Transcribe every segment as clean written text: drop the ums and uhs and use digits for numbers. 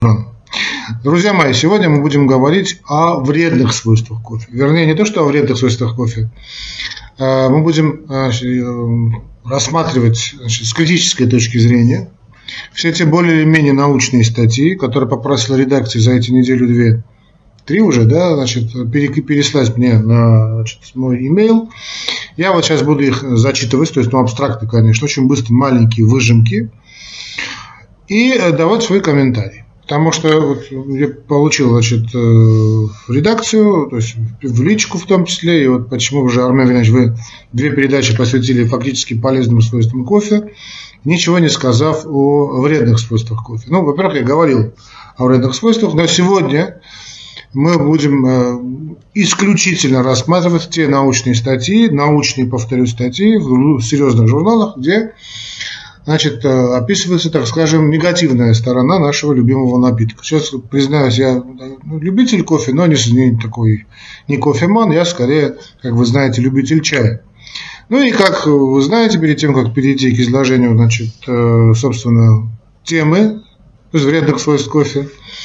Друзья мои, сегодня мы будем говорить о вредных свойствах кофе. Вернее, не то, что о вредных свойствах кофе. Мы будем рассматривать с критической точки зрения все те более или менее научные статьи, которые попросила редакция за эти неделю-две, три уже, да, переслать мне на мой имейл. Я вот сейчас буду их зачитывать, то есть, абстрактно, конечно, очень быстро, маленькие выжимки, и давать свой комментарий. Потому что я получил, редакцию, то есть в личку в том числе, и вот почему уже, Армен Винович, вы две передачи посвятили фактически полезным свойствам кофе, ничего не сказав о вредных свойствах кофе. Во-первых, я говорил о вредных свойствах, но сегодня мы будем исключительно рассматривать те научные статьи, повторюсь, статьи в серьезных журналах, где описывается, так скажем, негативная сторона нашего любимого напитка. Сейчас, признаюсь, я любитель кофе, но не кофеман, я скорее, как вы знаете, любитель чая. И как вы знаете, перед тем, как перейти к изложению, собственно, темы, то есть вредных свойств кофе,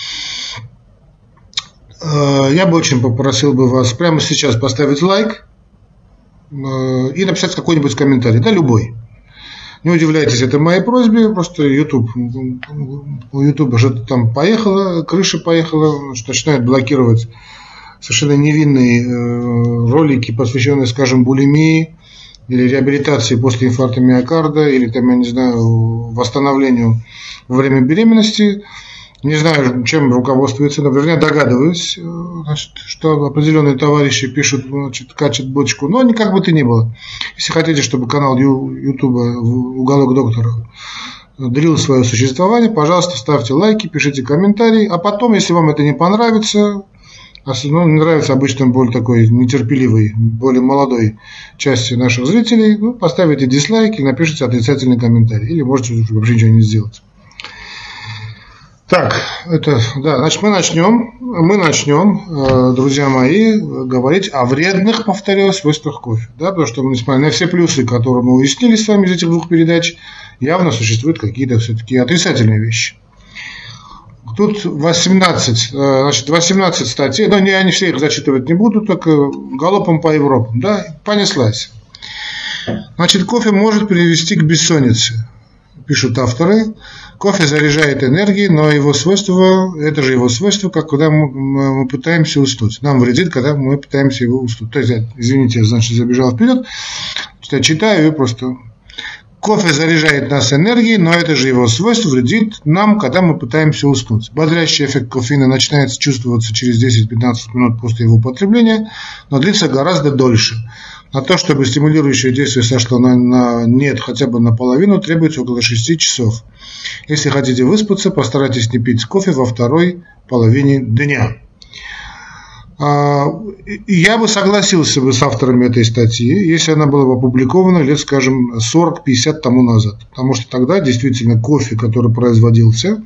я бы очень попросил вас прямо сейчас поставить лайк и написать какой-нибудь комментарий, да, любой. Не удивляйтесь этой моей просьбе, просто у YouTube что-то там поехало, крыша поехала, начинает блокировать совершенно невинные ролики, посвященные, скажем, булимии или реабилитации после инфаркта миокарда, или восстановлению во время беременности. Не знаю, чем руководствуется, но, вернее, догадываюсь, что определенные товарищи пишут, качат бочку, но как бы то ни было. Если хотите, чтобы канал YouTube «Уголок доктора» длил свое существование, пожалуйста, ставьте лайки, пишите комментарии, а потом, если вам это не понравится, не нравится обычно более такой нетерпеливой, более молодой части наших зрителей, поставите дизлайк и напишите отрицательный комментарий, или можете вообще ничего не сделать. Так, мы начнем, друзья мои, говорить о вредных, повторяю, свойствах кофе. Да, потому что, несмотря на все плюсы, которые мы уяснили с вами из этих двух передач, явно существуют какие-то все-таки отрицательные вещи. Тут 18 статей, но я не все их зачитывать не буду, только галопом по Европам, да, понеслась. Кофе может привести к бессоннице, пишут авторы. Кофе заряжает энергией, но это же его свойство, как когда мы пытаемся уснуть. Нам вредит, когда мы пытаемся его уснуть. То есть, извините, забежал вперед. Читаю и просто. Кофе заряжает нас энергией, но это же его свойство вредит нам, когда мы пытаемся уснуть. Бодрящий эффект кофеина начинает чувствоваться через 10-15 минут после его употребления, но длится гораздо дольше. На то, чтобы стимулирующее действие сошло на нет хотя бы наполовину, требуется около 6 часов. Если хотите выспаться, постарайтесь не пить кофе во второй половине дня. Я бы согласился с авторами этой статьи, если она была бы опубликована лет, скажем, 40-50 тому назад. Потому что тогда действительно кофе, который производился,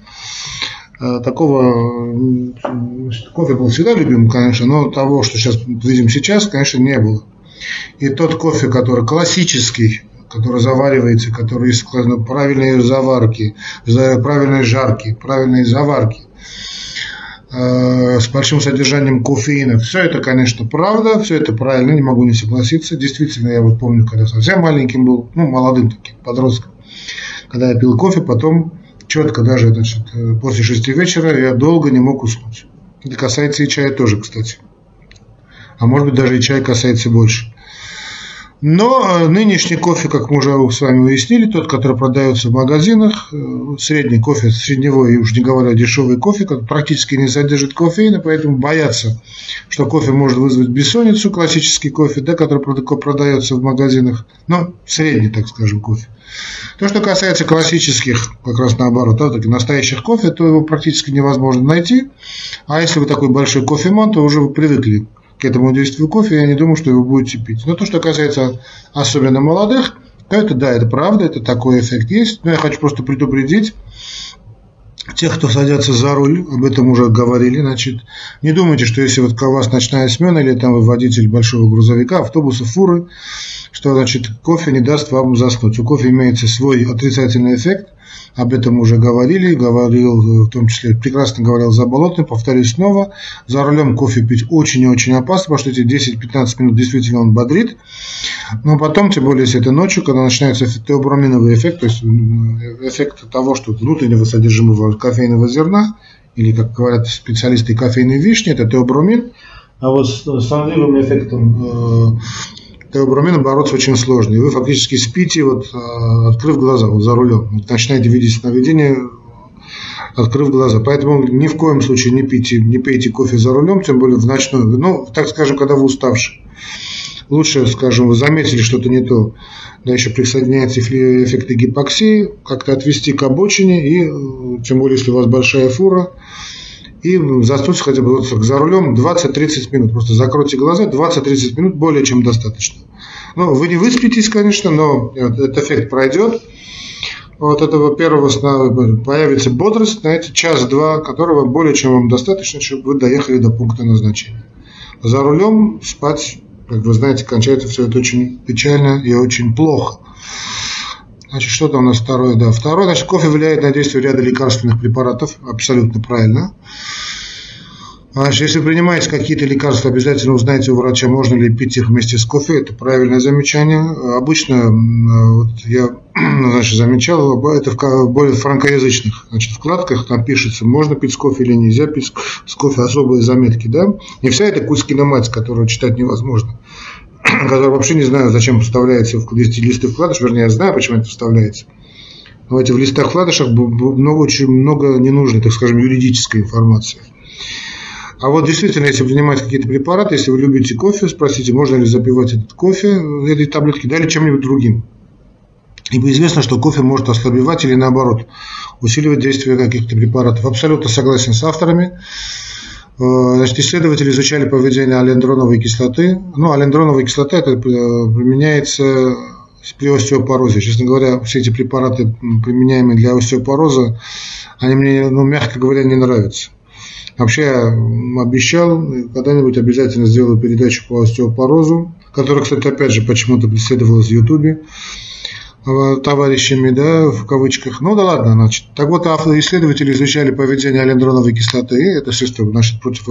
кофе был всегда любим, конечно, но того, что сейчас видим сейчас, конечно, не было. И тот кофе, который классический, который заваривается, который из правильной заварки, правильной жарки, правильной заварки, с большим содержанием кофеина, все это, конечно, правда, все это правильно, не могу не согласиться. Действительно, я помню, когда совсем маленьким был, молодым таким, подростком, когда я пил кофе, потом четко даже, после 6 вечера я долго не мог уснуть. Это касается и чая тоже, кстати. А может быть, даже и чай касается больше. Но нынешний кофе, как мы уже с вами уяснили, тот, который продается в магазинах, средний кофе, средневой, и уж не говоря, дешевый кофе, который практически не содержит кофеина, поэтому боятся, что кофе может вызвать бессонницу, классический кофе, да, который продается в магазинах, но средний, так скажем, кофе. То, что касается классических, как раз наоборот, таких настоящих кофе, то его практически невозможно найти, а если вы такой большой кофеман, то уже вы привыкли к этому действию кофе, я не думаю, что вы будете пить. Но то, что касается особенно молодых, то это правда, это такой эффект есть. Но я хочу просто предупредить тех, кто садятся за руль, об этом уже говорили, не думайте, что если у вас ночная смена, или там вы водитель большого грузовика, автобуса, фуры, что, кофе не даст вам заснуть. У кофе имеется свой отрицательный эффект, об этом уже говорил, в том числе прекрасно говорил Заболотный, повторюсь снова, за рулем кофе пить очень и очень опасно, потому что эти 10-15 минут действительно он бодрит, но потом, тем более, если это ночью, когда начинается теоброминовый эффект, то есть эффект того, что внутреннего содержимого кофейного зерна, или, как говорят специалисты, кофейной вишни, это теобромин, а вот с сонливым эффектом теобромина бороться очень сложно. И вы фактически спите, вот, открыв глаза, вот за рулем. Вот, начинаете видеть сновидение, открыв глаза. Поэтому ни в коем случае не пейте кофе за рулем, тем более в ночную. Ну, так скажем, когда вы уставшие. Лучше, скажем, вы заметили что-то не то, да, еще присоединяется эффект гипоксии, как-то отвести к обочине, и тем более, если у вас большая фура, и заснуть хотя бы вот за рулем 20-30 минут. Просто закройте глаза, 20-30 минут более чем достаточно. Ну, вы не выспитесь, конечно, но этот эффект пройдет. Вот этого первого сна появится бодрость на эти час-два, которого более чем вам достаточно, чтобы вы доехали до пункта назначения. За рулем спать, как вы знаете, кончается все это очень печально и очень плохо. Значит, что там у нас второе? Да, второе, значит, кофе влияет на действие ряда лекарственных препаратов, абсолютно правильно. Значит, если вы принимаете какие-то лекарства, обязательно узнайте у врача, можно ли пить их вместе с кофе, это правильное замечание. Обычно вот я, значит, замечал, это в более франкоязычных, значит, вкладках там пишется, можно пить с кофе или нельзя пить с кофе, особые заметки, да. Не вся эта кускина мать, которую читать невозможно, который вообще не знаю, зачем вставляется в листы вкладыш, вернее, я знаю, почему это вставляется. Но эти в листах вкладышах очень много ненужной, так скажем, юридической информации. А вот действительно, если принимать какие-то препараты, если вы любите кофе, спросите, можно ли запивать этот кофе, этой таблетки, да, или чем-нибудь другим. Ибо известно, что кофе может ослабевать или наоборот усиливать действие каких-то препаратов. Абсолютно согласен с авторами. Значит, исследователи изучали поведение алендроновой кислоты. Ну, алендроновая кислота это применяется при остеопорозе. Честно говоря, все эти препараты, применяемые для остеопороза, они мне, ну, мягко говоря, не нравятся. Вообще, я обещал, когда-нибудь обязательно сделаю передачу по остеопорозу, которая, кстати, опять же, почему-то преследовалась в Ютубе товарищами, да, в кавычках. Ну да ладно, значит. Так вот, исследователи изучали поведение алендроновой кислоты, это средство, значит, от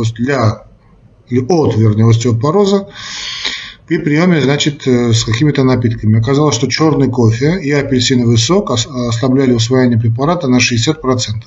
остеопороза, при приеме, значит, с какими-то напитками. Оказалось, что черный кофе и апельсиновый сок ослабляли усвоение препарата на 60%.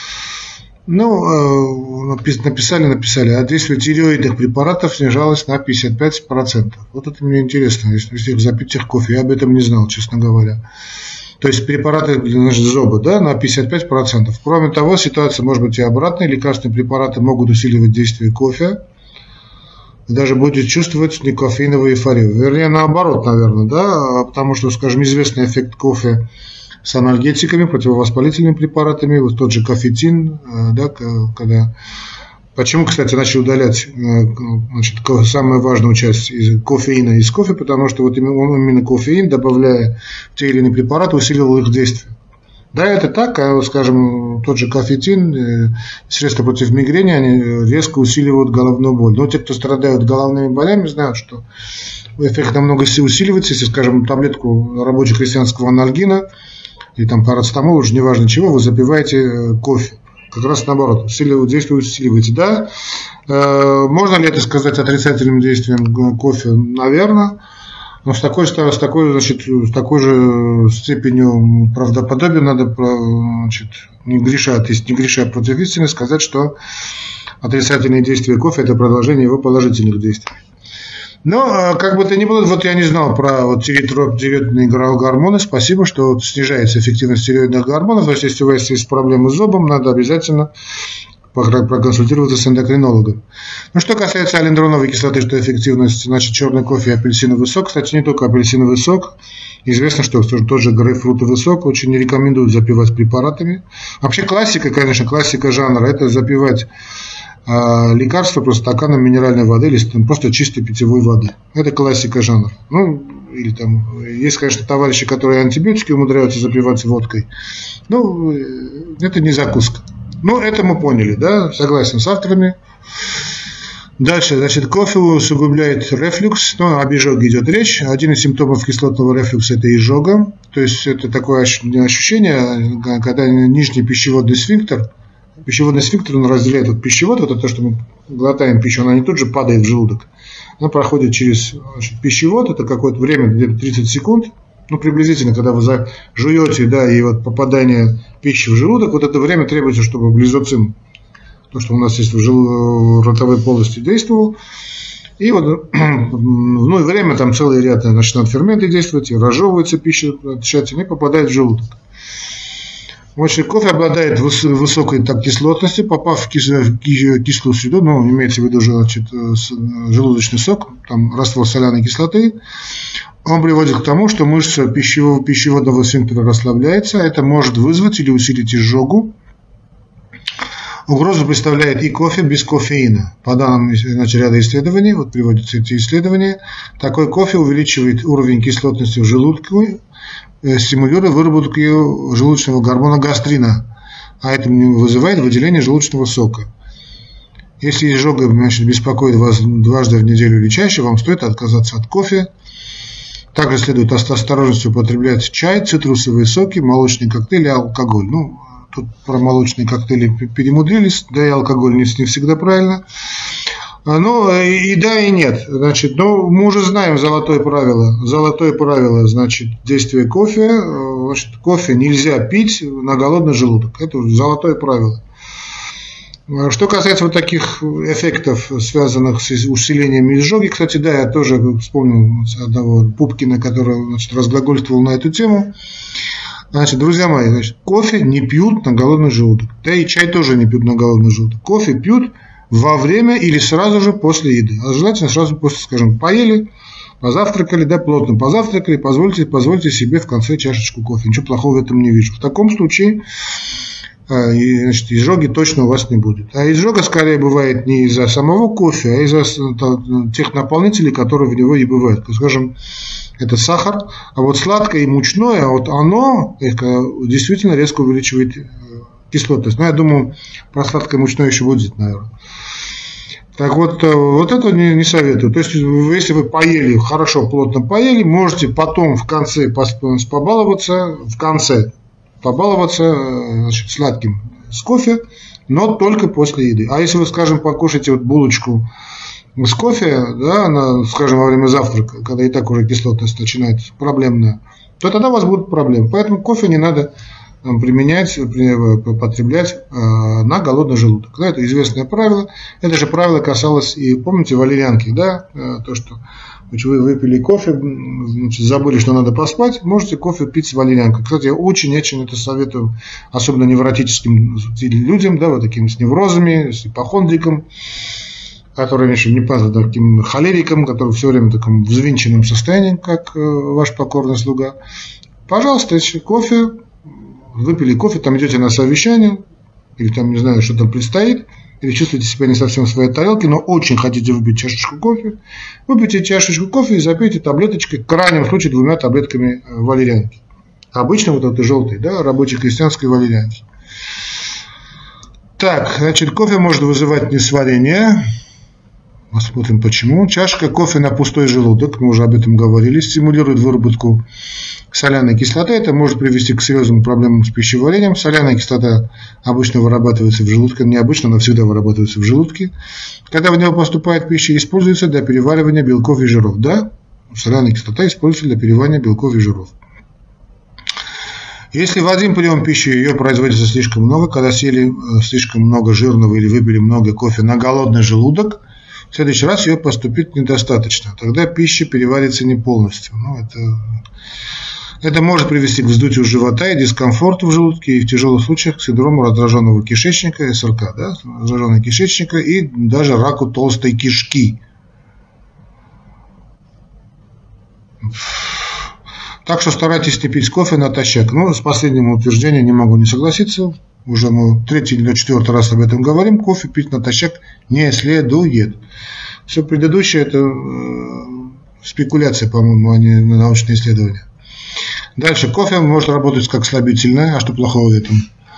Ну, написали, а действие тиреоидных препаратов снижалось на 55%. Вот это мне интересно, если запить их кофе, я об этом не знал, честно говоря. То есть препараты, значит, зоба, да, на 55%. Кроме того, ситуация может быть и обратная, лекарственные препараты могут усиливать действие кофе, даже будет чувствовать некофеиновую эйфорию. Вернее, наоборот, наверное, да, потому что, скажем, известный эффект кофе с анальгетиками, противовоспалительными препаратами, вот тот же кофетин, да, когда... Почему, кстати, начали удалять, значит, самую важную часть из кофеина из кофе, потому что вот именно кофеин, добавляя в те или иные препараты, усиливал их действие. Да, это так, а, скажем, тот же кофетин, средства против мигрени, они резко усиливают головную боль. Но те, кто страдают головными болями, знают, что эффект намного усиливается, если, скажем, таблетку рабоче-крестьянского анальгина, или там парацетамол, уже неважно чего, вы запиваете кофе. Как раз наоборот, действие усиливаете. Да, можно ли это сказать отрицательным действием кофе? Наверное. Но с такой же степенью правдоподобия надо, значит, не греша против истины, сказать, что отрицательные действия кофе – это продолжение его положительных действий. Но, как бы то ни было, вот я не знал про вот тиреоидные гормоны. Спасибо, что вот снижается эффективность тиреоидных гормонов. То есть, если у вас есть проблемы с зубом, надо обязательно проконсультироваться с эндокринологом. Ну, что касается алендроновой кислоты, что эффективность, значит, черный кофе и апельсиновый сок. Кстати, не только апельсиновый сок. Известно, что тот же грейпфрутовый сок очень не рекомендуют запивать препаратами. Вообще классика, конечно, классика жанра – это запивать лекарства просто стаканом минеральной воды или просто чистой питьевой воды. Это классика жанра. Ну, или там, есть, конечно, товарищи, которые антибиотики умудряются запивать водкой. Ну, это не закуска. Ну, это мы поняли, да, согласен с авторами. Дальше, значит, кофе усугубляет рефлюкс, ну, об изжоге идет речь. Один из симптомов кислотного рефлюкса – это изжога. То есть это такое ощущение, когда нижний пищеводный сфинктер он разделяет вот пищевод, вот это то, что мы глотаем пищу, она не тут же падает в желудок. Она проходит через, значит, пищевод, это какое-то время, где-то 30 секунд, ну, приблизительно, когда вы жуете, да, и вот попадание пищи в желудок, вот это время требуется, чтобы глизоцин, то, что у нас есть в ротовой полости, действовал. И вот ну, время там целый ряд начинают ферменты действовать, и разжевывается пища тщательно и попадает в желудок. Значит, кофе обладает высокой кислотностью, попав в кислую среду, ну, имеется в виду, значит, желудочный сок, там раствор соляной кислоты, он приводит к тому, что мышца пищеводного сфинктера расслабляется, это может вызвать или усилить изжогу. Угрозу представляет и кофе без кофеина. По данным, значит, ряда исследований, вот приводятся эти исследования, такой кофе увеличивает уровень кислотности в желудке, стимулируя выработку желудочного гормона гастрина, а это вызывает выделение желудочного сока. Если изжога, значит, беспокоит вас дважды в неделю или чаще, вам стоит отказаться от кофе. Также следует с осторожностью употреблять чай, цитрусовые соки, молочные коктейли и алкоголь. Ну, тут про молочные коктейли перемудрились, да и алкоголь не всегда правильно. Ну, и да, и нет. Значит, ну, мы уже знаем золотое правило. Золотое правило, значит, действия кофе. Значит, кофе нельзя пить на голодный желудок. Это золотое правило. Что касается вот таких эффектов, связанных с усилением изжоги, кстати, да, я тоже вспомнил одного Пупкина, который, значит, разглагольствовал на эту тему. Значит, друзья мои, значит, кофе не пьют на голодный желудок. Да и чай тоже не пьют на голодный желудок. Кофе пьют во время или сразу же после еды. А желательно сразу после, скажем, поели, позавтракали, да, плотно позавтракали, позвольте себе в конце чашечку кофе. Ничего плохого в этом не вижу. В таком случае, значит, изжоги точно у вас не будет. А изжога скорее бывает не из-за самого кофе, а из-за тех наполнителей, которые в него и бывают. Скажем, это сахар, а вот сладкое и мучное, вот оно действительно резко увеличивает кислотность. Но я думаю, про сладкое и мучное еще будет, наверное. Так вот, вот это не советую. То есть, если вы поели, хорошо, плотно поели, можете потом в конце побаловаться, значит, сладким с кофе, но только после еды. А если вы, скажем, покушаете вот булочку с кофе, да, скажем, во время завтрака, когда и так уже кислотность начинает проблемная, то тогда у вас будут проблемы. Поэтому кофе не надо потреблять на голодный желудок. Да, это известное правило. Это же правило касалось и, помните, валерьянки, да, то, что вы выпили кофе, значит, забыли, что надо поспать, можете кофе пить с валерьянкой. Кстати, я очень-очень это советую, особенно невротическим людям, да, вот таким с неврозами, с ипохондриком, которые еще не понятно, таким холериком, который все время в таком взвинченном состоянии, как ваш покорный слуга. Пожалуйста, если кофе, выпили кофе, там идете на совещание, или там, не знаю, что там предстоит, или чувствуете себя не совсем в своей тарелке, но очень хотите выпить чашечку кофе, выпейте чашечку кофе и запейте таблеточкой, в крайнем случае 2 таблетками валерьянки. Обычно вот этой желтой, да, рабочей крестьянской валерьянки. Так, значит, кофе может вызывать несварение. Посмотрим почему. Чашка кофе на пустой желудок, мы уже об этом говорили, стимулирует выработку соляной кислоты. Это может привести к серьезным проблемам с пищеварением. Соляная кислота обычно вырабатывается в желудке, необычно, она всегда вырабатывается в желудке. Когда в него поступает пища, используется для переваривания белков и жиров. Да, соляная кислота используется для переваривания белков и жиров. Если в один прием пищи ее производится слишком много, когда съели слишком много жирного или выпили много кофе на голодный желудок, в следующий раз ее поступит недостаточно. Тогда пища переварится не полностью. Ну, это может привести к вздутию живота и дискомфорту в желудке, и в тяжелых случаях к синдрому раздраженного кишечника, СРК, да, раздраженного кишечника и даже раку толстой кишки. Так что старайтесь не пить кофе натощак. Ну, с последним утверждением не могу не согласиться. Уже мы 3-й или 4-й раз об этом говорим. Кофе пить натощак не следует. Все предыдущее это спекуляция, по-моему, а не научные исследования. Дальше. Кофе может работать как слабительное. А что плохого в этом?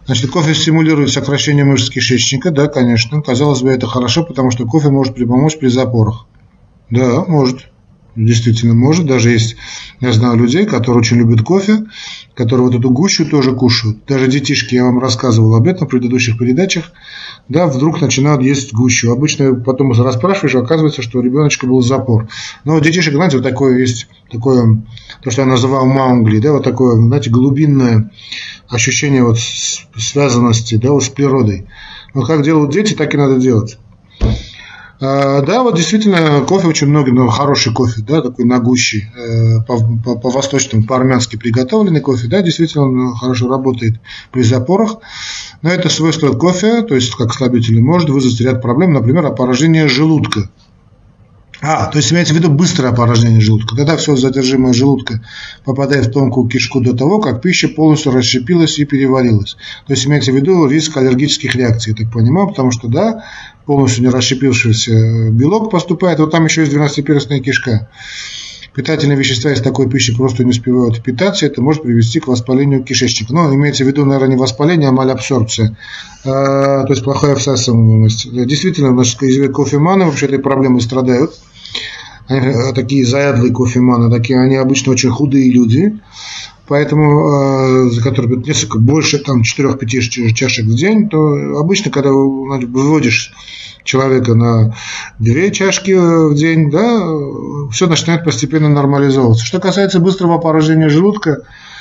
Значит, кофе стимулирует сокращение мышц кишечника, да, конечно. Казалось бы, это хорошо, потому что кофе может помочь при запорах. Да, может. Действительно может. Даже есть, я знаю людей, которые очень любят кофе, которые вот эту гущу тоже кушают. Даже детишки, я вам рассказывал об этом в предыдущих передачах, да, вдруг начинают есть гущу. Обычно потом расспрашиваешь, оказывается, что у ребеночка был запор. Но у детишек, знаете, вот такое есть, такое, то, что я называл маунгли, да, вот такое, знаете, глубинное ощущение вот связанности, да, вот с природой. Вот как делают дети, так и надо делать. Да, вот действительно кофе очень много, но хороший кофе, да, такой на гуще, по-восточному, по-армянски приготовленный кофе, да, действительно он хорошо работает при запорах. Но это свойство кофе, то есть как слабитель, может вызвать ряд проблем, например, опорожнение желудка. То есть имеется в виду быстрое опорожнение желудка, когда все содержимое желудка попадает в тонкую кишку до того, как пища полностью расщепилась и переварилась. То есть имеется в виду риск аллергических реакций, я так понимаю, потому что, да, полностью не расщепившийся белок поступает, вот там еще есть 12-перстная кишка. Питательные вещества из такой пищи просто не успевают впитаться, это может привести к воспалению кишечника. Но имеется в виду, наверное, не воспаление, а малабсорбция, то есть плохая всасываемость. Действительно, наши кофеманы вообще этой проблемой страдают. Они, такие заядлые кофеманы, такие, они обычно очень худые люди, поэтому, за которые несколько больше, там, 4-5 чашек в день, то обычно, когда выводишь человека на 2 чашки в день, да, все начинает постепенно нормализовываться. Что касается быстрого опорожнения желудка,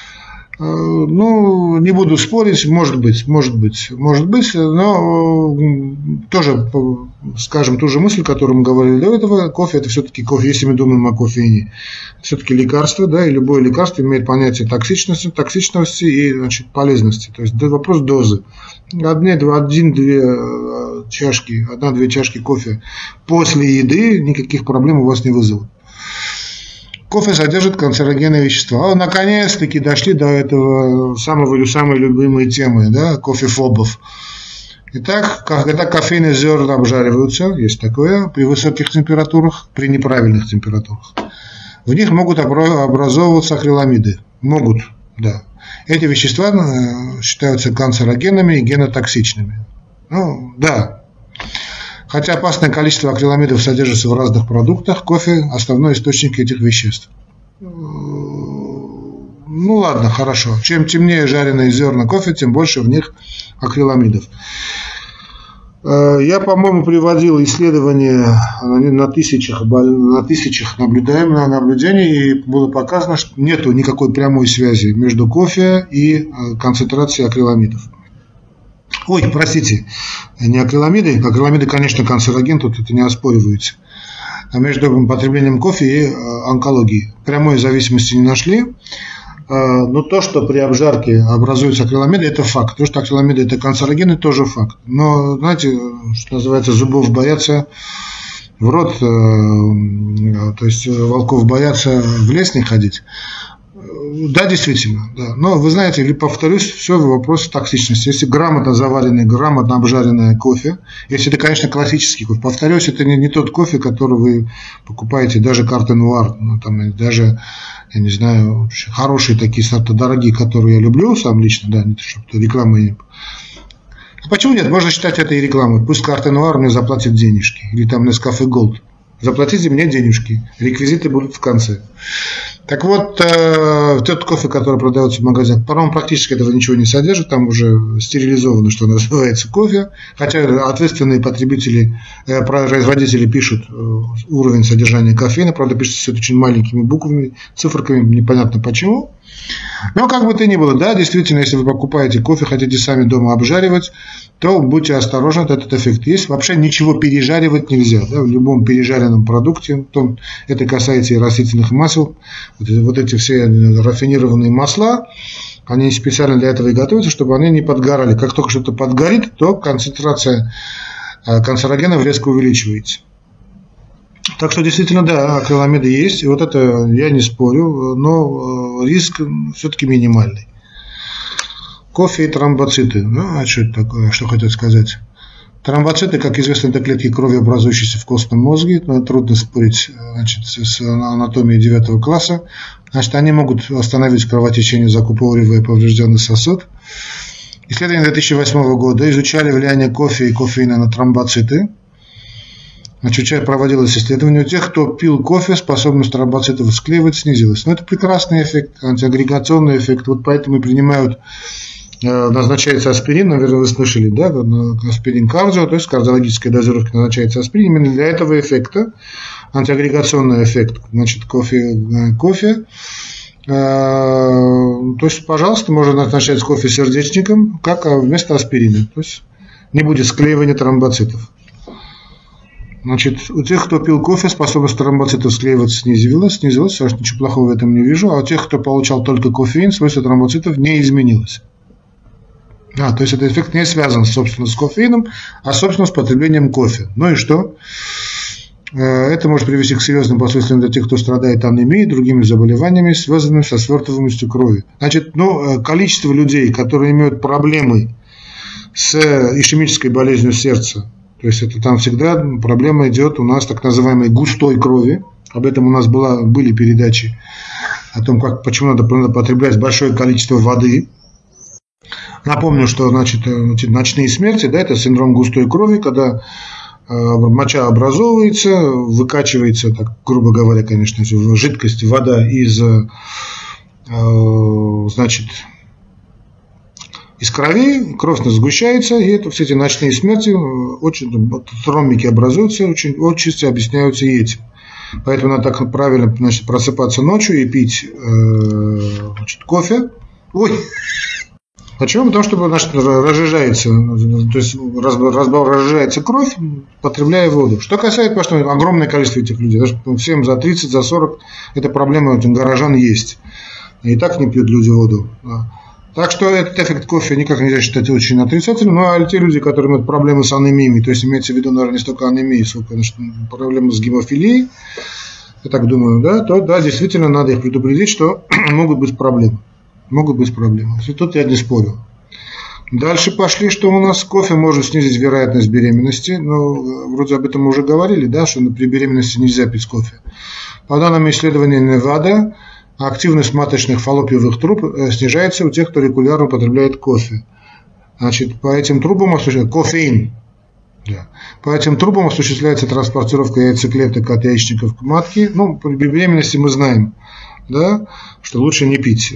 ну, не буду спорить, может быть, но тоже, скажем, ту же мысль, которую мы говорили до этого, кофе это все-таки кофе, если мы думаем о кофеине, все-таки лекарство, да, и любое лекарство имеет понятие токсичности и, значит, полезности, то есть вопрос дозы. 1-2 чашки кофе после еды никаких проблем у вас не вызовут. Кофе содержит канцерогенные вещества. Наконец-таки дошли до этого самой любимой темы, да, кофефобов. Итак, когда кофейные зерна обжариваются, есть такое, при высоких температурах, при неправильных температурах, в них могут образовываться акриламиды. Могут, да. Эти вещества считаются канцерогенными и генотоксичными. Ну, да. Хотя опасное количество акриламидов содержится в разных продуктах, кофе – основной источник этих веществ. Ну ладно, хорошо. Чем темнее жареные зерна кофе, тем больше в них акриламидов. Я, по-моему, приводил исследования на тысячах наблюдений, и было показано, что нет никакой прямой связи между кофе и концентрацией акриламидов. Ой, простите, не акриламиды. Акриламиды, конечно, канцероген, тут это не оспоривается. А между потреблением кофе и онкологией. Прямой зависимости не нашли. Но то, что при обжарке образуются акриламиды, это факт. То, что акриламиды – это канцерогены, тоже факт. Но, знаете, что называется, зубов боятся в рот, то есть волков боятся в лес не ходить. Да, действительно, да. Но вы знаете, повторюсь, все вопрос токсичности. Если грамотно заваренный, грамотно обжаренный кофе, если это, конечно, классический кофе, повторюсь, это не тот кофе, который вы покупаете, даже карте нуар, ну, там, даже, я не знаю, хорошие такие сорта, дорогие, которые я люблю сам лично, да, не то, чтобы рекламы. Почему нет? Можно считать это и рекламой. Пусть карте нуар мне заплатит денежки, или там Nescafe Gold. Заплатите мне денежки, реквизиты будут в конце. Так вот, тот кофе, который продается в магазинах, по-моему, практически этого ничего не содержит, там уже стерилизовано, что называется, кофе, хотя ответственные потребители, производители пишут уровень содержания кофеина, правда, пишут все это очень маленькими буквами, циферками, непонятно почему. Но как бы то ни было, да, действительно, если вы покупаете кофе, хотите сами дома обжаривать, то будьте осторожны, этот эффект есть. Вообще ничего пережаривать нельзя, да, в любом пережаренном продукте, это касается и растительных масел, вот эти все рафинированные масла, они специально для этого и готовятся, чтобы они не подгорали. Как только что-то подгорит, то концентрация канцерогенов резко увеличивается. Так что действительно, да, акриламиды есть, и вот это я не спорю, но риск все-таки минимальный. Кофе и тромбоциты. Ну, а что это такое? Что хотят сказать? Тромбоциты, как известно, это клетки крови, образующиеся в костном мозге. Трудно спорить, значит, с анатомией 9 класса. Значит, они могут остановить кровотечение, закупоривая поврежденный сосуд. исследования 2008 года изучали влияние кофе и кофеина на тромбоциты. Значит, проводилось исследование. У тех, кто пил кофе, способность тромбоцитов склеивать снизилась. Но это прекрасный эффект, антиагрегационный эффект. Вот поэтому и принимают, назначается аспирин, наверное, вы слышали, да, аспирин кардио, то есть кардиологической дозировки назначается аспирин именно для этого эффекта, антиагрегационный эффект, значит, кофе. То есть, пожалуйста, можно назначать кофе сердечником, как вместо аспирина, то есть не будет склеивания тромбоцитов. Значит, у тех, кто пил кофе, способность тромбоцитов склеиваться снизилась, потому что ничего плохого в этом не вижу, а у тех, кто получал только кофеин, свойство тромбоцитов не изменилось. То есть этот эффект не связан, собственно, с кофеином, а, собственно, с потреблением кофе. Ну и что? Это может привести к серьезным последствиям для тех, кто страдает анемией и другими заболеваниями, связанными со свертываемостью крови. Значит, количество людей, которые имеют проблемы с ишемической болезнью сердца, то есть это там всегда проблема идет у нас так называемой густой крови. Об этом у нас были передачи о том, почему надо потреблять большое количество воды. Напомню, что ночные смерти, да, это синдром густой крови, когда моча образовывается, выкачивается, так, грубо говоря, конечно, жидкость, вода из крови, кровь сгущается, и все эти ночные смерти, тромбики образуются, очень отчасти объясняются этим. Поэтому надо так правильно, просыпаться ночью и пить кофе. Почему? Потому что разжижается, то есть разжижается кровь, потребляя воду. Что касается, потому что огромное количество этих людей, даже всем за 30, за 40, эта проблема у горожан есть. И так не пьют люди воду. Так что этот эффект кофе никак нельзя считать очень отрицательным. Ну, а те люди, которые имеют проблемы с анемией, то есть имеется в виду, наверное, не столько анемии, сколько проблемы с гемофилией, я так думаю, да, то да, действительно надо их предупредить, что могут быть проблемы. И тут я не спорю. Дальше пошли, что у нас кофе может снизить вероятность беременности. Вроде об этом мы уже говорили, да, что при беременности нельзя пить кофе. По данным исследования Невада, активность маточных фаллопиевых труб снижается у тех, кто регулярно употребляет кофе. Значит, по этим трубам кофеин. Да. По этим трубам осуществляется транспортировка яйцеклеток от яичников к матке. При беременности мы знаем, да, что лучше не пить,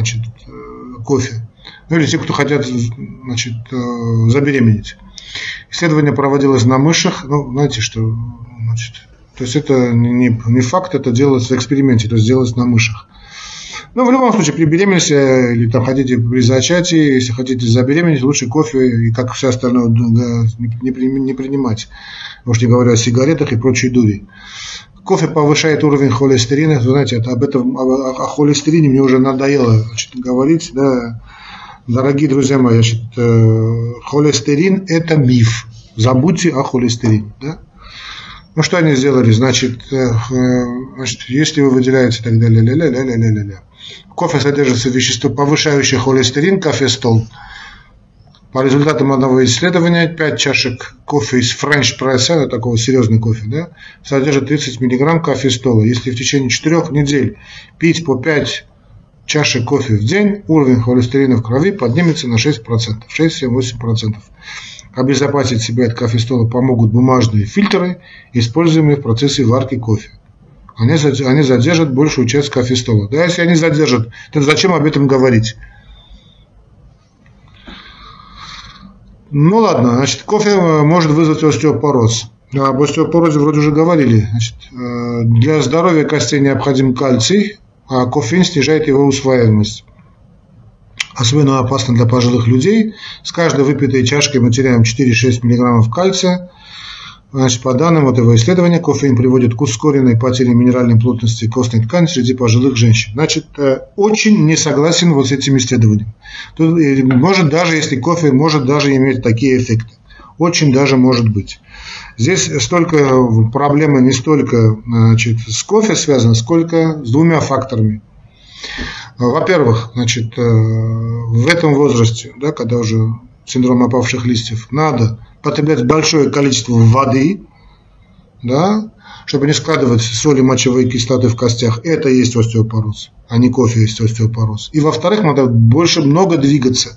кофе. Или те, кто хотят, забеременеть. Исследование проводилось на мышах. Знаете, что, то есть это не факт, это делается в эксперименте, то есть делается на мышах. В любом случае, при беременности или хотите при зачатии, если хотите забеременеть, лучше кофе и как все остальное не принимать. Уж не говоря о сигаретах и прочей дури. Кофе повышает уровень холестерина. Вы знаете, о холестерине мне уже надоело говорить. Да. Дорогие друзья мои, холестерин – это миф. Забудьте о холестерине. Да? Что они сделали? Значит, если вы выделяете и так далее, кофе содержится вещество, повышающее холестерин, кофестол. По результатам одного исследования 5 чашек кофе из French пресса, такого серьезного кофе, да, содержит 30 мг кофестола. Если в течение 4 недель пить по 5 чашек кофе в день, уровень холестерина в крови поднимется на 6%, 6-8%. Обезопасить себя от кофестола помогут бумажные фильтры, используемые в процессе варки кофе. Они задержат большую часть кофестола. Да, если они задержат, то зачем об этом говорить? Ладно, кофе может вызвать остеопороз. Об остеопорозе вроде уже говорили. Для здоровья костей необходим кальций, а кофеин снижает его усваиваемость. Особенно опасно для пожилых людей. С каждой выпитой чашкой мы теряем 4-6 мг кальция. По данным этого исследования, кофеин приводит к ускоренной потере минеральной плотности костной ткани среди пожилых женщин. Очень не согласен с этим исследованием. Может даже, если кофе может даже иметь такие эффекты. Очень даже может быть. Здесь проблемы не столько с кофе связаны, сколько с двумя факторами. Во-первых, в этом возрасте, да, когда уже синдром опавших листьев, надо потреблять большое количество воды, да, чтобы не складывать соли, мочевые кислоты в костях. Это и есть остеопороз, а не кофе есть остеопороз. И во-вторых, надо много двигаться.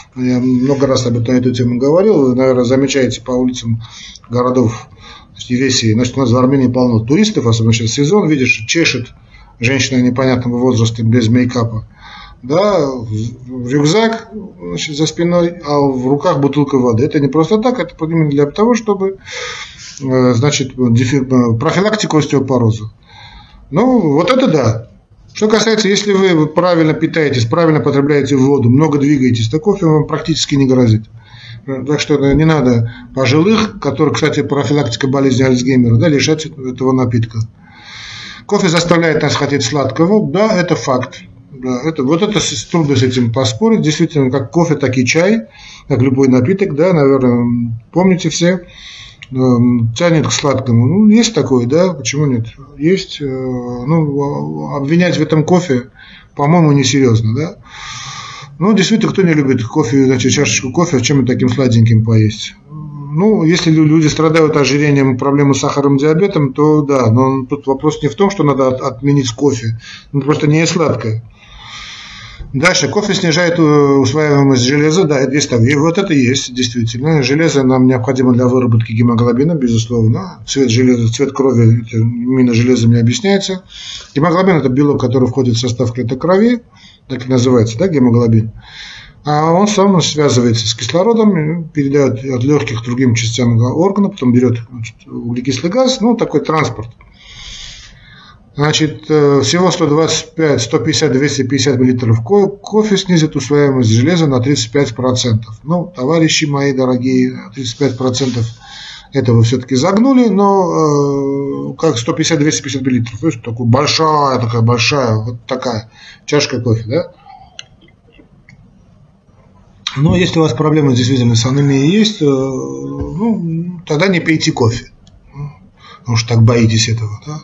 Я много раз об этом, на эту тему говорил. Вы, наверное, замечаете по улицам городов Еврейские. Значит, у нас в Армении полно туристов, особенно сейчас сезон. Видишь, чешет женщина непонятного возраста без мейкапа. Да, рюкзак, значит, за спиной, а в руках бутылка воды. Это не просто так, это именно для того, чтобы, значит, профилактику остеопороза. Ну, вот это да. Что касается, если вы правильно питаетесь, правильно потребляете воду, много двигаетесь, то кофе вам практически не грозит. Так что не надо пожилых, которые, кстати, профилактика болезни Альцгеймера, да, лишать этого напитка. Кофе заставляет нас хотеть сладкого, да, это факт. Да, вот это трудно с этим поспорить. Действительно, как кофе, так и чай, как любой напиток, да, наверное, помните все, тянет к сладкому. Ну, есть такое, да, почему нет? Есть. Ну, обвинять в этом кофе, по-моему, несерьезно, да. Ну, действительно, кто не любит кофе, значит, чашечку кофе, чем и таким сладеньким поесть? Ну, если люди страдают ожирением, проблемой с сахарным диабетом, то да, но тут вопрос не в том, что надо отменить кофе, ну, просто не есть сладкое. Дальше, кофе снижает усваиваемость железа, да, это есть так, и вот это есть, действительно. Железо нам необходимо для выработки гемоглобина, безусловно. Цвет железа, цвет крови именно железом не объясняется. Гемоглобин – это белок, который входит в состав клеток крови, так и называется, да, гемоглобин. А он сам связывается с кислородом, передает от легких к другим частям органа, потом берет, значит, углекислый газ, ну, такой транспорт. Значит, всего 125, 150, 250 мл кофе снизит усвояемость железа на 35%. Ну, товарищи мои дорогие, 35% это вы все-таки загнули, но как 150-250 мл, то есть такая большая, вот такая чашка кофе, да? Но если у вас проблемы действительно с анемией есть, ну, тогда не пейте кофе, потому что так боитесь этого, да?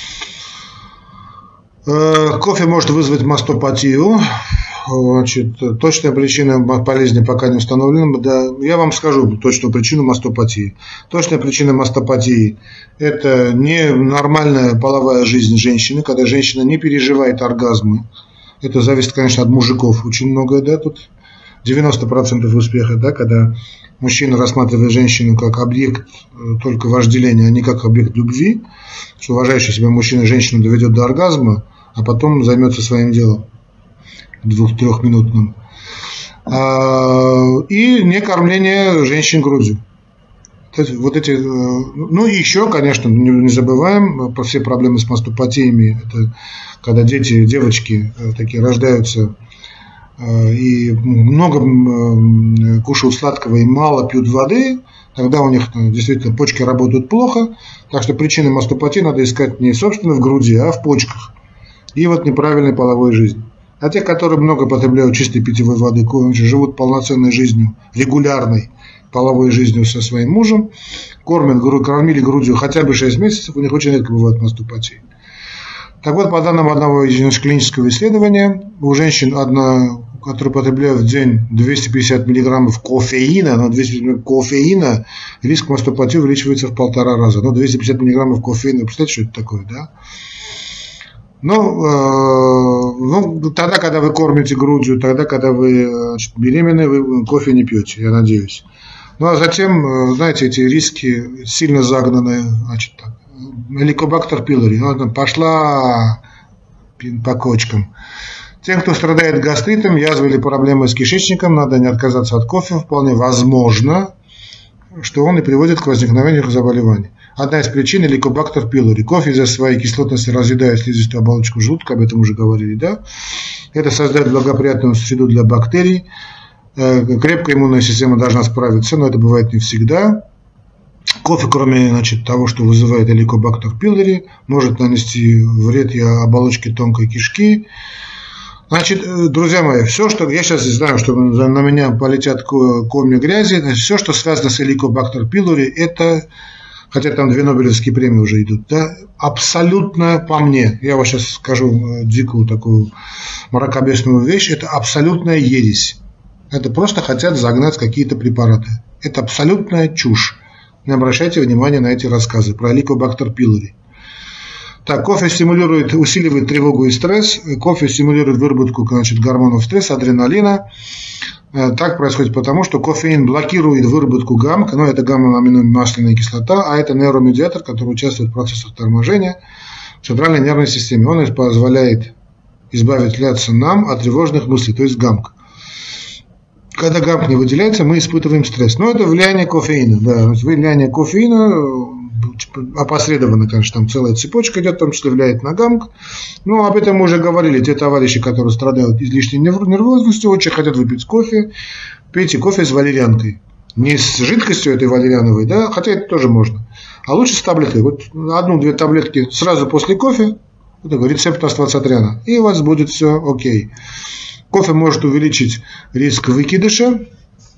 Кофе может вызвать мастопатию. Значит, точная причина болезни пока не установлена. Да, я вам скажу точную причину мастопатии. Точная причина мастопатии – это ненормальная половая жизнь женщины, когда женщина не переживает оргазмы. Это зависит, конечно, от мужиков очень многое, да, тут 90% успеха, да, когда мужчина рассматривает женщину как объект только вожделения, а не как объект любви, что уважающий себя мужчина женщину доведет до оргазма, а потом займется своим делом 2-3-минутным. И не кормление женщин грудью. Вот эти, ну и еще, конечно, не забываем про все проблемы с мастопатиями. Это когда дети, девочки такие рождаются и много кушают сладкого и мало пьют воды, тогда у них действительно почки работают плохо. Так что причины мастопатии надо искать не собственно в груди, а в почках. И вот неправильной половой жизни. А те, которые много потребляют чистой питьевой воды, живут полноценной жизнью, регулярной половой жизнью со своим мужем, кормили грудью хотя бы 6 месяцев, у них очень редко бывает мастопатии. Так вот, по данным одного клинического исследования, у женщин, которые потребляют в день 250 мг кофеина, но 250 мг кофеина, риск мастопатии увеличивается в 1,5 раза. Но 250 мг кофеина, вы представляете, что это такое, да? Ну, тогда, когда вы кормите грудью, тогда, когда вы, значит, беременны, вы кофе не пьете, я надеюсь. Ну, а затем, знаете, эти риски сильно загнаны, значит, так, Helicobacter pylori, она пошла по кочкам. Тем, кто страдает гастритом, язвой или проблемой с кишечником, надо не отказаться от кофе, вполне возможно, что он и приводит к возникновению заболеваний. Одна из причин – Helicobacter pylori. Кофе из-за своей кислотности разъедает слизистую оболочку желудка, об этом уже говорили, да? Это создает благоприятную среду для бактерий. Крепкая иммунная система должна справиться, но это бывает не всегда. Кофе, кроме, значит, того, что вызывает Helicobacter pylori, может нанести вред и оболочке тонкой кишки. Значит, друзья мои, все, что я сейчас знаю, что на меня полетят комья грязи, значит, все, что связано с Helicobacter pylori, это, хотя там 2 Нобелевские премии уже идут, да, абсолютно по мне, я вам сейчас скажу дикую такую мракобесную вещь, это абсолютная ересь. Это просто хотят загнать какие-то препараты. Это абсолютная чушь. Не обращайте внимания на эти рассказы про Helicobacter pylori. Так, кофе усиливает тревогу и стресс. Кофе стимулирует выработку, значит, гормонов стресса, адреналина. Так происходит потому, что кофеин блокирует выработку ГАМК, но это гамма-аминомасляная кислота, а это нейромедиатор, который участвует в процессах торможения в центральной нервной системе. Он позволяет избавиться нам от тревожных мыслей, то есть ГАМК. Когда ГАМК не выделяется, мы испытываем стресс. Но это влияние кофеина. Да, влияние кофеина опосредованно, конечно, там целая цепочка идет, в том числе влияет на ГАМК. Но об этом мы уже говорили. Те товарищи, которые страдают излишней нервозностью, очень хотят выпить кофе. Пейте кофе с валерьянкой. Не с жидкостью этой валериановой, да, хотя это тоже можно. А лучше с таблеткой. Вот 1-2 таблетки сразу после кофе. Это рецепт астационара. И у вас будет все окей. Кофе может увеличить риск выкидыша.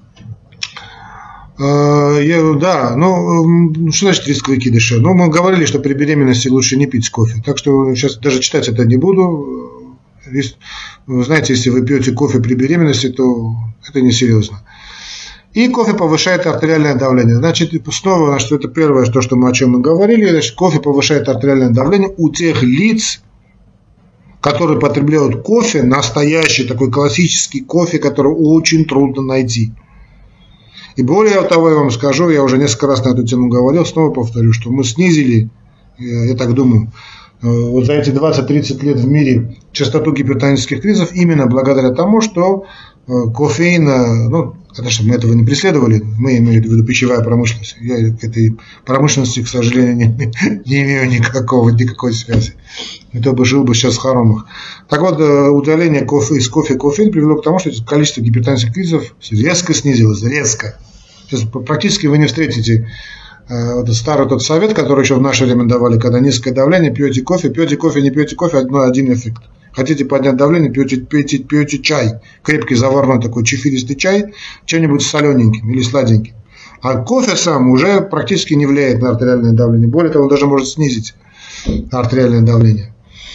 Да, ну, что значит риск выкидыша? Ну, мы говорили, что при беременности лучше не пить кофе. Так что сейчас даже читать это не буду. Вы знаете, если вы пьете кофе при беременности, то это несерьезно. И кофе повышает артериальное давление. Значит, снова, что это первое, то, что о чем мы говорили. Значит, кофе повышает артериальное давление у тех лиц, которые потребляют кофе, настоящий такой классический кофе, который очень трудно найти. И более того, я вам скажу, я уже несколько раз на эту тему говорил, снова повторю, что мы снизили, я так думаю, вот за эти 20-30 лет в мире частоту гипертонических кризисов именно благодаря тому, что кофеин, ну, конечно, мы этого не преследовали, мы имеем в виду пищевая промышленность. Я к этой промышленности, к сожалению, не имею никакой связи. Не то бы жил бы сейчас в хоромах. Так вот, удаление из кофе кофеин привело к тому, что количество гипертонических кризисов резко снизилось. Резко. Сейчас практически вы не встретите старый тот совет, который еще в наше время давали, когда низкое давление, пьете кофе, не пьете кофе, один эффект. Хотите поднять давление, пьете чай, крепкий заварной такой чефиристый чай, чем-нибудь солененьким или сладеньким. А кофе сам уже практически не влияет на артериальное давление. Более того, он даже может снизить артериальное давление.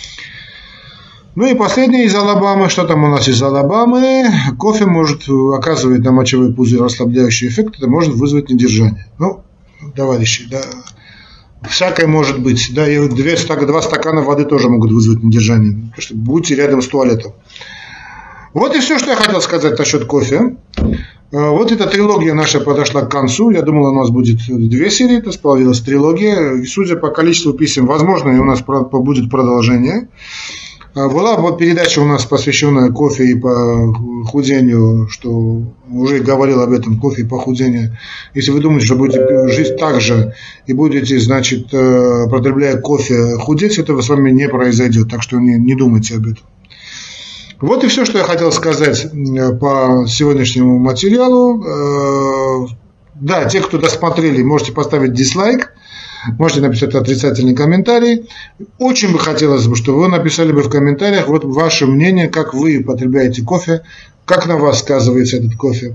Ну и последнее из Алабамы. Что там у нас из Алабамы? Кофе может оказывать на мочевой пузырь расслабляющий эффект, это может вызвать недержание. Ну, товарищи, да, всякое может быть. Да, и 2 стакана воды тоже могут вызвать недержание. Потому что будьте рядом с туалетом. Вот и все, что я хотел сказать насчет кофе. Вот эта трилогия наша подошла к концу. Я думал, у нас будет 2 серии, это сплавилась трилогия. И судя по количеству писем, возможно, у нас будет продолжение. Была вот передача у нас, посвященная кофе и похудению, что уже говорил об этом, кофе и похудению. Если вы думаете, что будете жить так же и будете, значит, потребляя кофе, худеть, этого с вами не произойдет. Так что не думайте об этом. Вот и все, что я хотел сказать по сегодняшнему материалу. Да, те, кто досмотрели, можете поставить дизлайк. Можете написать отрицательный комментарий. Очень бы хотелось, чтобы вы написали бы в комментариях вот ваше мнение, как вы потребляете кофе, как на вас сказывается этот кофе.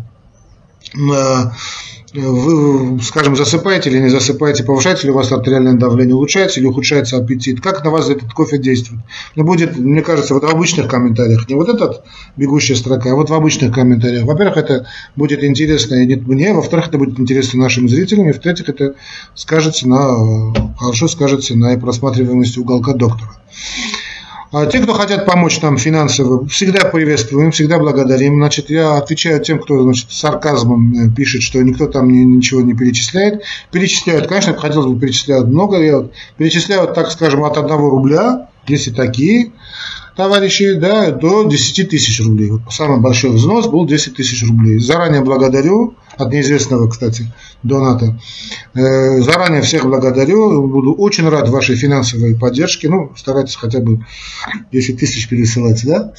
Вы, скажем, засыпаете или не засыпаете, повышается ли у вас артериальное давление, улучшается или ухудшается аппетит, как на вас этот кофе действует. Но будет, мне кажется, вот в обычных комментариях, не вот этот бегущая строка, а вот в обычных комментариях. Во-первых, это будет интересно и мне, во-вторых, это будет интересно нашим зрителям, и в-третьих, это хорошо скажется на просматриваемости уголка доктора. А те, кто хотят помочь нам финансово, всегда приветствуем, всегда благодарим. Значит, я отвечаю тем, кто, значит, с сарказмом пишет, что никто там ничего не перечисляет. Перечисляют, конечно, хотелось бы перечислять много. Я перечисляю, так скажем, от 1 рубля, если такие товарищи, да, до 10 тысяч рублей. Вот самый большой взнос был 10 тысяч рублей. Заранее благодарю, от неизвестного, кстати, доната. Заранее всех благодарю. Буду очень рад вашей финансовой поддержке. Ну, старайтесь хотя бы 10 тысяч пересылать, да?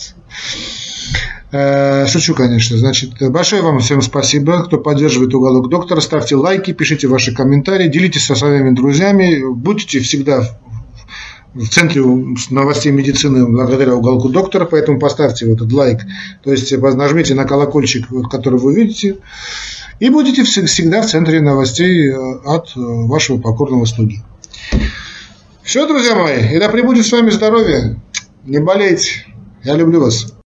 Шучу, конечно. Значит, большое вам всем спасибо, кто поддерживает уголок доктора. Ставьте лайки, пишите ваши комментарии, делитесь со своими друзьями. Будьте всегда в центре новостей медицины благодаря уголку доктора, поэтому поставьте вот этот лайк, то есть нажмите на колокольчик, который вы видите, и будете всегда в центре новостей от вашего покорного слуги. Все, друзья мои, и да пребудет с вами здоровье, не болейте, я люблю вас.